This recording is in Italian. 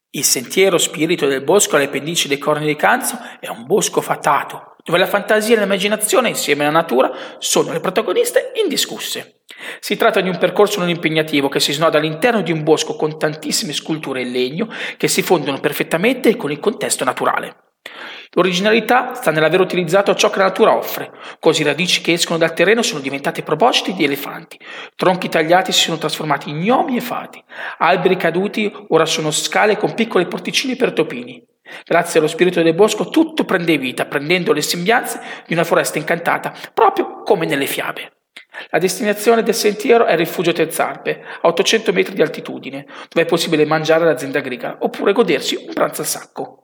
Il sentiero Spirito del Bosco alle pendici dei Corni di Canzo è un bosco fatato, dove la fantasia e l'immaginazione insieme alla natura sono le protagoniste indiscusse. Si tratta di un percorso non impegnativo che si snoda all'interno di un bosco con tantissime sculture in legno che si fondono perfettamente con il contesto naturale. L'originalità sta nell'aver utilizzato ciò che la natura offre, così radici che escono dal terreno sono diventate propositi di elefanti, tronchi tagliati si sono trasformati in gnomi e fati, alberi caduti ora sono scale con piccoli porticini per topini. Grazie allo spirito del bosco tutto prende vita, prendendo le sembianze di una foresta incantata, proprio come nelle fiabe. La destinazione del sentiero è il rifugio Tezzarpe, a 800 metri di altitudine, dove è possibile mangiare all'azienda agricola, oppure godersi un pranzo al sacco.